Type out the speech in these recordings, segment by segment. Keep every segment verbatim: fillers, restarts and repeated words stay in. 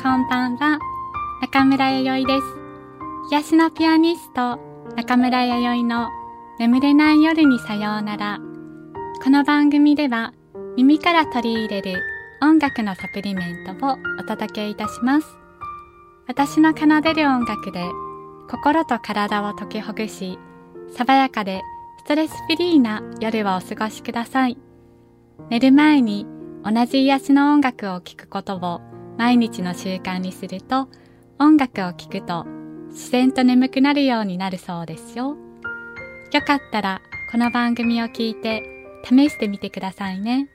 こんばんは、中村弥生です。癒しのピアニスト、中村弥生の眠れない夜にさようなら。この番組では、耳から取り入れる音楽のサプリメントをお届けいたします。私の奏でる音楽で、心と体を解きほぐし、爽やかでストレスフリーな夜をお過ごしください。寝る前に同じ癒しの音楽を聴くことを毎日の習慣にすると、音楽を聴くと自然と眠くなるようになるそうですよ。よかったらこの番組を聞いて試してみてくださいね。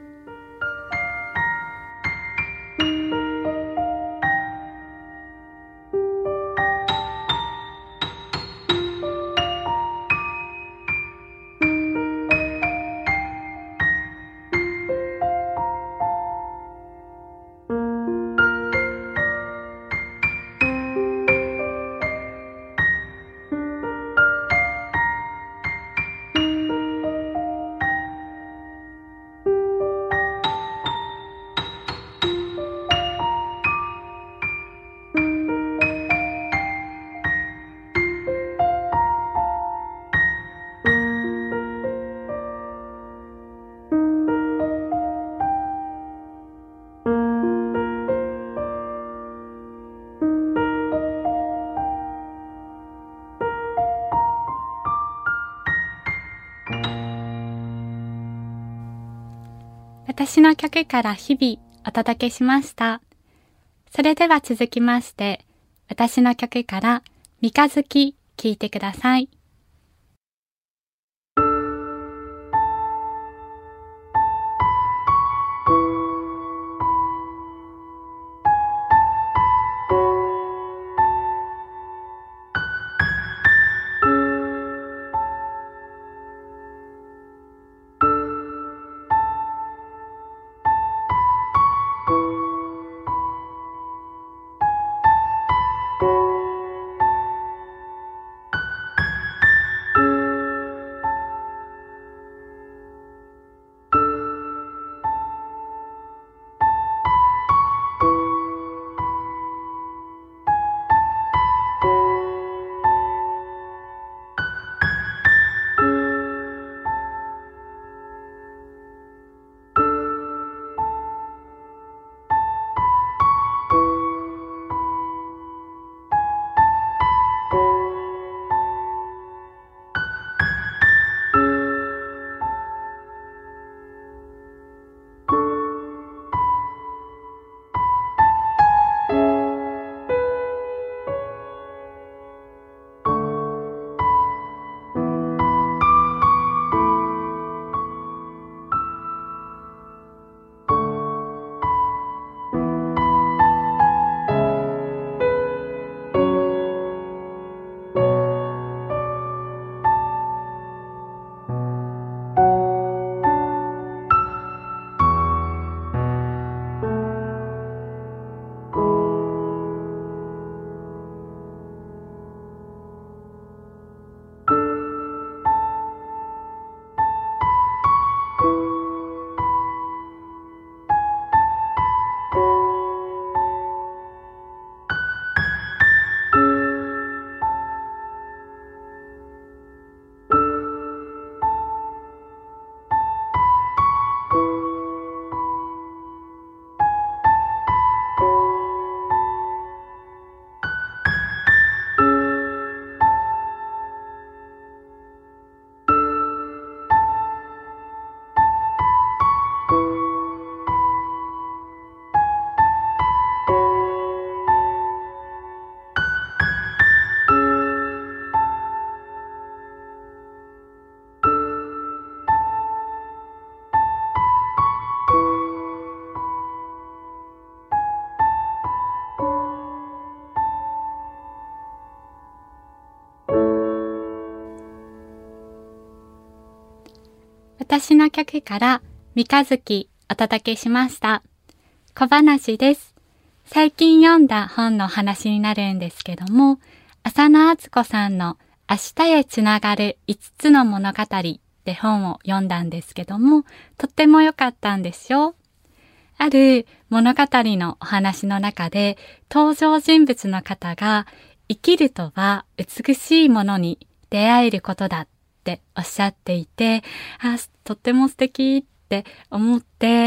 私の曲から日々お届けしました。それでは続きまして、私の曲から三日月聴いてください。私の曲から三日月お届けしました。小話です。最近読んだ本の話になるんですけども、浅野敦子さんの明日へつながる五つの物語って本を読んだんですけども、とっても良かったんですよ。 ある物語のお話の中で登場人物の方が生きるとは美しいものに出会えることだっておっしゃっていて、あ、とっても素敵って思って、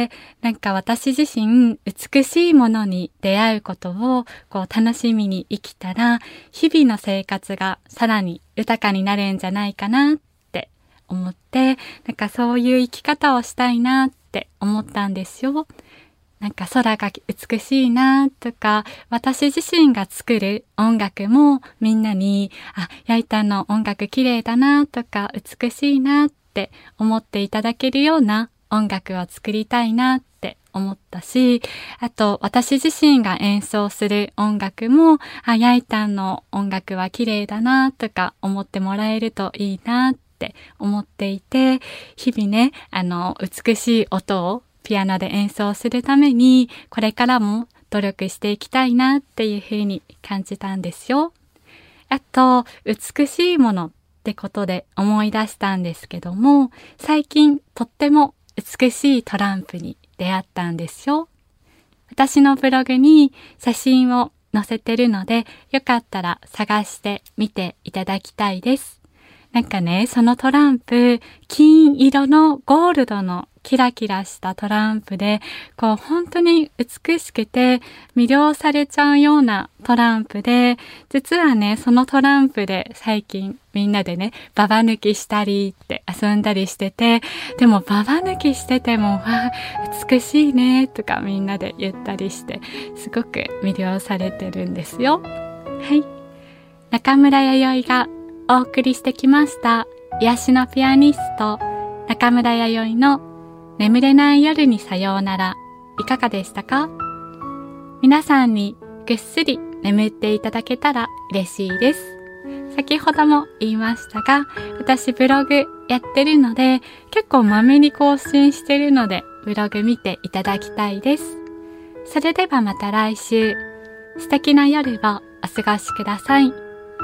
なんか私自身美しいものに出会うことをこう楽しみに生きたら、日々の生活がさらに豊かになるんじゃないかなって思って、なんかそういう生き方をしたいなって思ったんですよ。なんか空が美しいなとか、私自身が作る音楽もみんなに、あ、やいたんの音楽綺麗だなとか美しいなって思っていただけるような音楽を作りたいなって思ったし、あと私自身が演奏する音楽も、あ、やいたんの音楽は綺麗だなとか思ってもらえるといいなって思っていて、日々ね、あの美しい音をピアノで演奏するためにこれからも努力していきたいなっていうふうに感じたんですよ。あと美しいものってことで思い出したんですけども、最近とっても美しいトランプに出会ったんですよ。私のブログに写真を載せてるので、よかったら探してみていただきたいです。なんかね、そのトランプ、金色のゴールドのキラキラしたトランプで、こう本当に美しくて魅了されちゃうようなトランプで、実はね、そのトランプで最近みんなでね、ババ抜きしたりって遊んだりしてて、でもババ抜きしてても、わ、美しいねとかみんなで言ったりして、すごく魅了されてるんですよ。はい。中村弥生がお送りしてきました癒しのピアニスト中村弥生の眠れない夜にさようなら、いかがでしたか？皆さんにぐっすり眠っていただけたら嬉しいです。先ほども言いましたが、私ブログやってるので結構まめに更新してるので、ブログ見ていただきたいです。それではまた来週、素敵な夜をお過ごしください。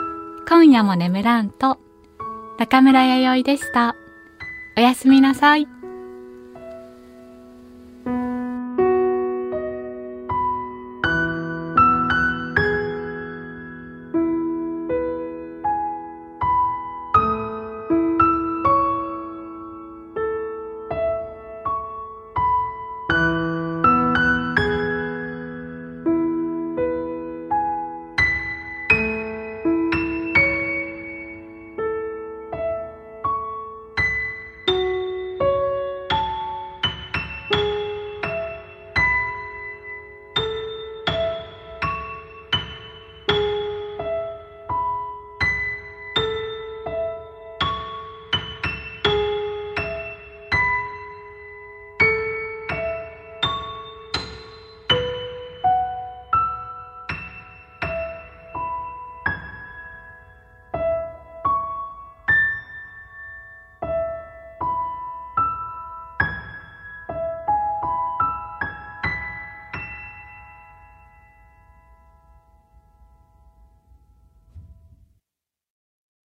今夜も眠らんと、中村弥生でした。おやすみなさい。